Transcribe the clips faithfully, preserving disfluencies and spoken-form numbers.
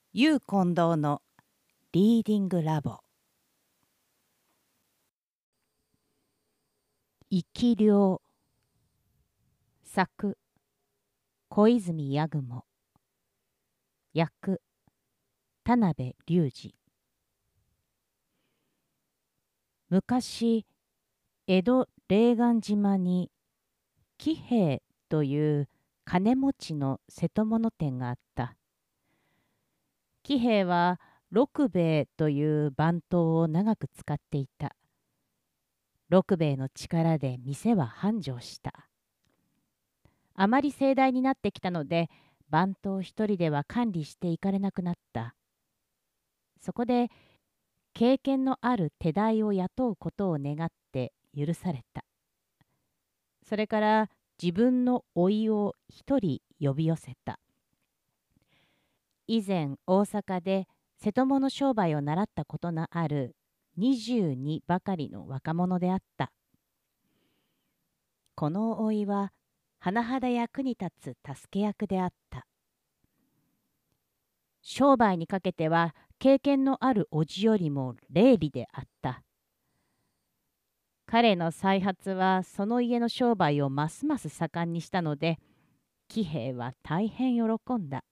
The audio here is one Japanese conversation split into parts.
ユー近藤のリーディングラボ。生き量。作小泉八雲。役田辺隆二。昔江戸霊岸島に喜兵衛という金持ちの瀬戸物店があった。喜兵衛は六兵衛という番頭を長く使っていた。六兵衛の力で店は繁盛した。あまり盛大になってきたので、番頭一人では管理していかれなくなった。そこで経験のある手代を雇うことを願って許された。それから自分の甥を一人呼び寄せた。以前大阪で瀬戸物商売を習ったことのあるにじゅうにばかりの若者であった。この甥は甚だ役に立つ助け役であった。商売にかけては経験のある叔父よりも伶俐であった。彼の才発はその家の商売をますます盛んにしたので、喜兵衛は大変喜んだ。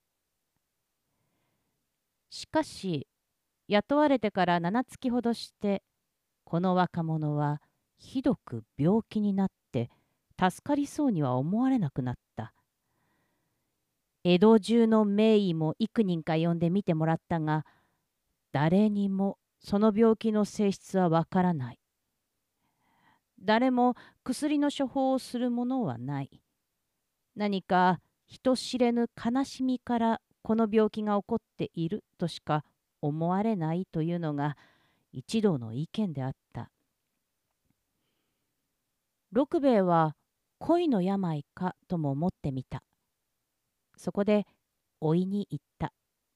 しかし雇われてから七月ほどして、この若者はひどく病気になって助かりそうには思われなくなった。江戸中の名医も幾人か呼んで見てもらったが、誰にもその病気の性質はわからない。誰も薬の処方をするものはない。何か人知れぬ悲しみからこの病気が起こっているとしか思われないというのが一同の意見であった。六兵衛は恋の病かとも思ってみた。そこで甥に言った。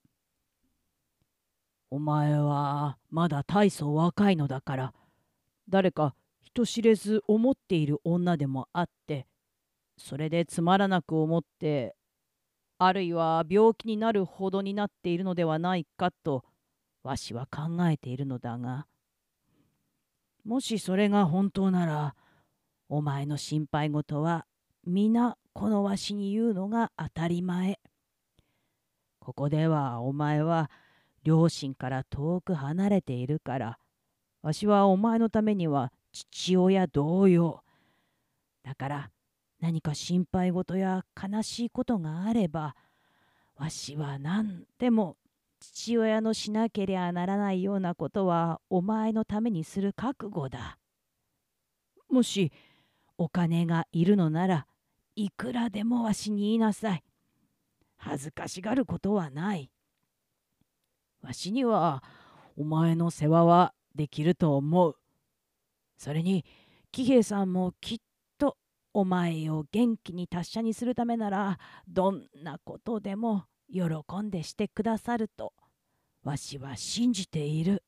お前はまだ大層若いのだから、誰か人知れず思っている女でもあって、それでつまらなく思って、あるいは病気になるほどになっているのではないかと、わしは考えているのだが、もしそれが本当なら、お前の心配事は皆このわしに言うのが当たり前。ここではお前は両親から遠く離れているから、わしはお前のためには父親同様。だから何か心配事や悲しいことがあれば、わしは何でも父親のしなけりゃならないようなことはお前のためにする覚悟だ。もしお金がいるのなら、いくらでもわしに言いなさい。恥ずかしがることはない。わしにはお前の世話はできると思う。それに喜兵衛さんもきっとお前を元気に達者にするためなら、どんなことでも喜んでしてくださるとわしは信じている。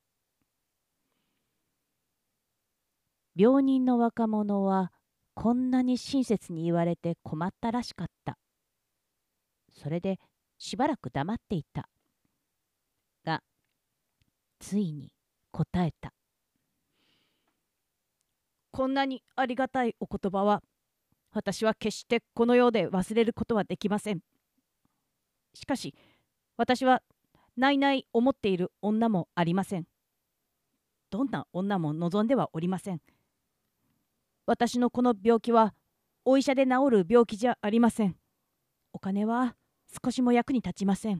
病人の若者はこんなに親切に言われて困ったらしかった。それでしばらく黙っていた。が、ついに答えた。 こんなにありがたいお言葉は、私は決してこの世で忘れることはできません。しかし、私はないない思っている女もありません。どんな女も望んではおりません。私のこの病気はお医者で治る病気じゃありません。お金は少しも役に立ちません。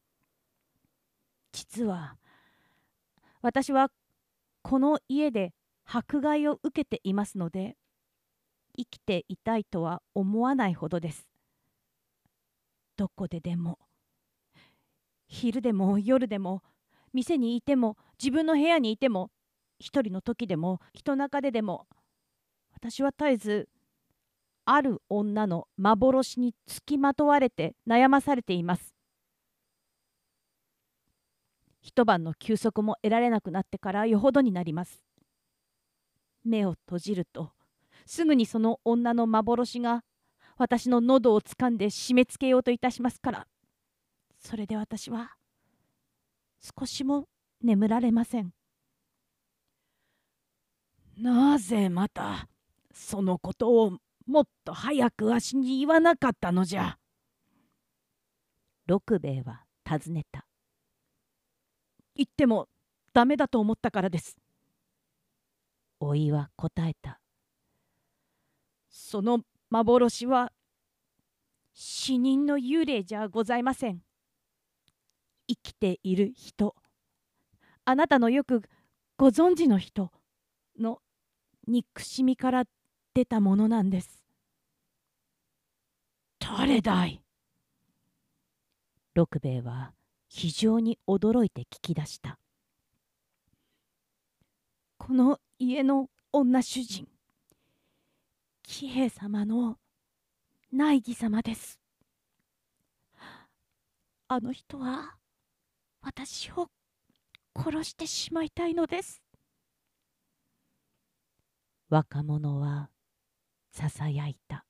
実は私はこの家で迫害を受けていますので、生きていたいとは思わないほどです。どこででも、昼でも夜でも、店にいても自分の部屋にいても、一人の時でも人中ででも、私は絶えずある女の幻につきまとわれて悩まされています。一晩の休息も得られなくなってからよほどになります。目を閉じるとすぐにその女の幻が私の喉をつかんで締め付けようといたしますから、それで私は少しも眠られません。 なぜまたそのことをもっと早くわしに言わなかったのじゃ。 六兵衛は尋ねた。 言ってもダメだと思ったからです。 おいは答えた。 その幻は死人の幽霊じゃございません。生きている人、あなたのよくご存知の人の憎しみから出たものなんです。誰だい？ 六兵衛は非常に驚いて聞き出した。 この家の女主人、喜兵衛様の内儀様です。あの人は私を殺してしまいたいのです。 若者はささやいた。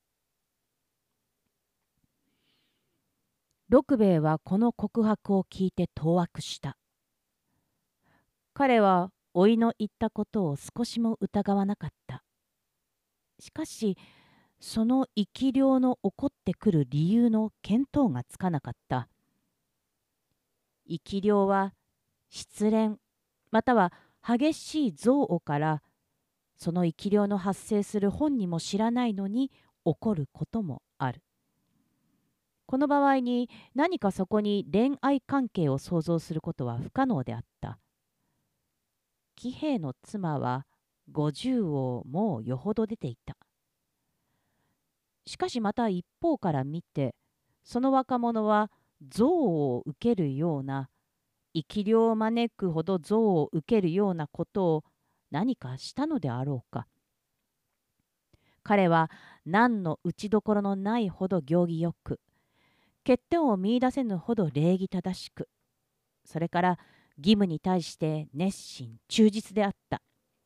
六兵衛はこの告白を聞いて当惑した。彼は甥いの言ったことを少しも疑わなかった。しかしその生き量の起こってくる理由の見当がつかなかった。生き量は失恋または激しい憎悪からその生き量の発生する本人も知らないのに起こることもある。この場合に何かそこに恋愛関係を想像することは不可能であった。喜兵衛の妻は五十をもうよほど出ていた。しかしまた一方から見てその若者は憎悪を受けるような生き量を招くほど憎悪を受けるようなことを何かしたのであろうか。彼は何の打ちどころのないほど行儀よく、欠点を見いだせぬほど礼儀正しく、それから義務に対して熱心忠実であった。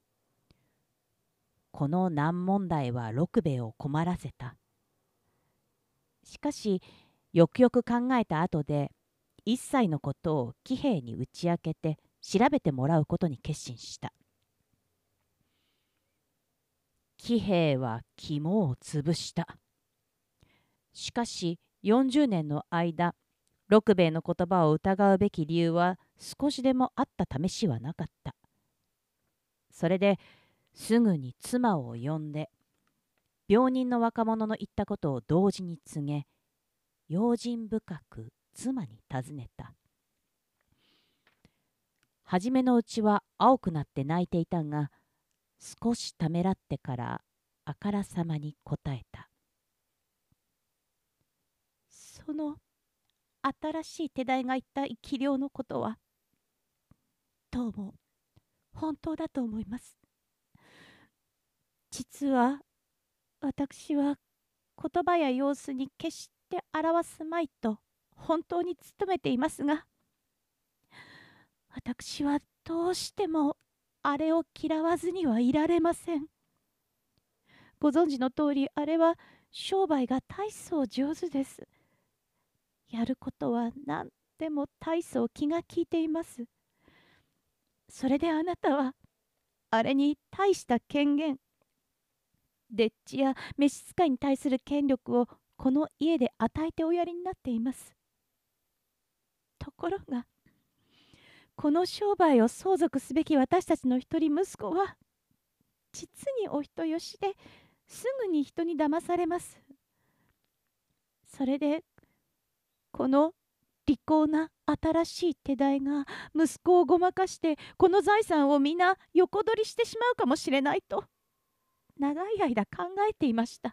この難問題は六兵衛を困らせた。しかしよくよく考えた後で一切のことを喜兵衛に打ち明けて調べてもらうことに決心した。喜兵衛は肝を潰した。しかしよんじゅうねんの間六兵衛の言葉を疑うべき理由は少しでもあった試しはなかった。それですぐに妻を呼んで病人の若者の言ったことを同時に告げ、用心深く妻に尋ねた。はじめのうちは青くなって泣いていたが、少しためらってからあからさまに答えた。 その新しい手代が言った生き量のことはどうも本当だと思います。実は私は言葉や様子に決して表すまいと本当に努めていますが、私はどうしてもあれを嫌わずにはいられません。ご存知の通り、あれは商売が大層上手です。やることは何でも大層気が利いています。それであなたはあれに大した権限、でっちや召使いに対する権力をこの家で与えておやりになっています。ところがこの商売を相続すべき私たちの一人息子は実にお人よしですぐに人に騙されます。それでこの利口な新しい手代が息子をごまかしてこの財産を皆横取りしてしまうかもしれないと長い間考えていました。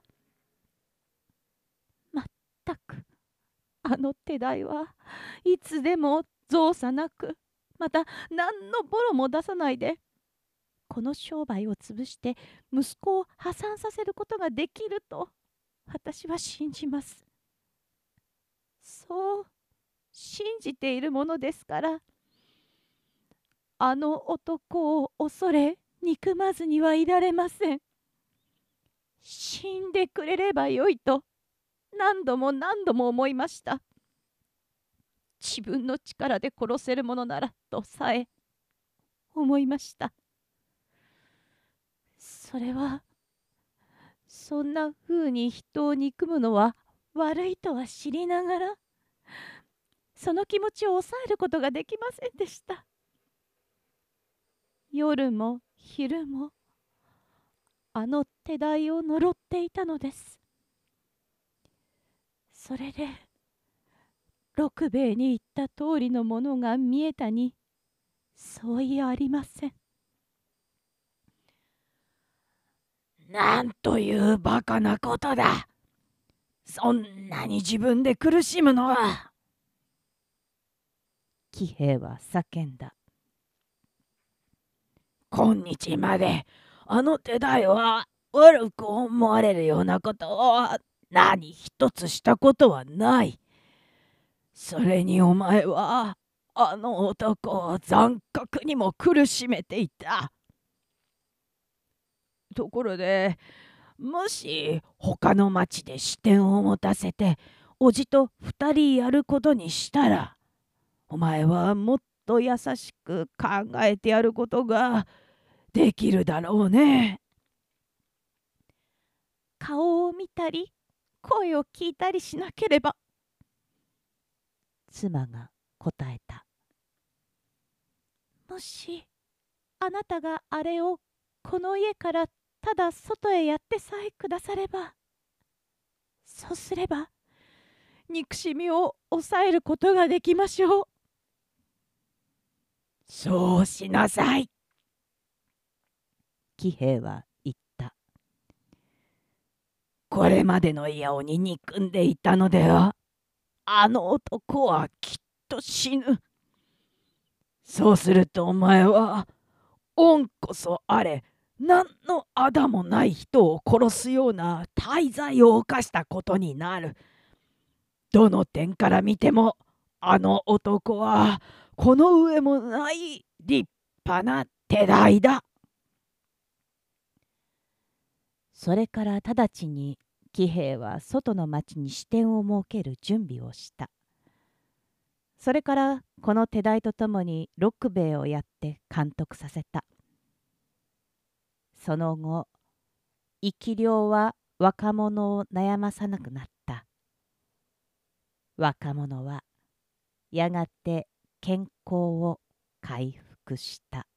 まったくあの手代はいつでも造作なく、また何のボロも出さないでこの商売を潰して息子を破産させることができると私は信じます。そう信じているものですから、あの男を恐れ憎まずにはいられません。死んでくれればよいと何度も何度も思いました。 自分の力で殺せるものならとさえ思いました。それはそんなふうに人を憎むのは悪いとは知りながら、その気持ちを抑えることができませんでした。夜も昼もあの手代を呪っていたのです。それで六兵衛に言った通りのものが見えたに相違ありません。 なんというバカなことだ。そんなに自分で苦しむのは。 喜兵衛は叫んだ。 今日まであの手代は悪く思われるようなことを何一つしたことはない。それにお前はあの男を残酷にも苦しめていた。ところでもし他の町で支店を持たせておじと二人やることにしたら、お前はもっと優しく考えてやることができるだろうね。 顔を見たり声を聞いたりしなければ。妻が答えた。もしあなたがあれをこの家からただ外へやってさえくだされば、そうすれば憎しみを抑えることができましょう。 そうしなさい。 喜兵衛は言った。 これまでのいやおに憎んでいたのでは、あの男はきっと死ぬ。そうするとお前は恩こそあれ何のあだもない人を殺すような大罪を犯したことになる。どの点から見てもあの男はこの上もない立派な手代だ。 それから直ちに喜兵衛は外の町に支店を設ける準備をした。それからこの手代とともに六兵衛をやって監督させた。その後生き量は若者を悩まさなくなった。若者はやがて健康を回復した。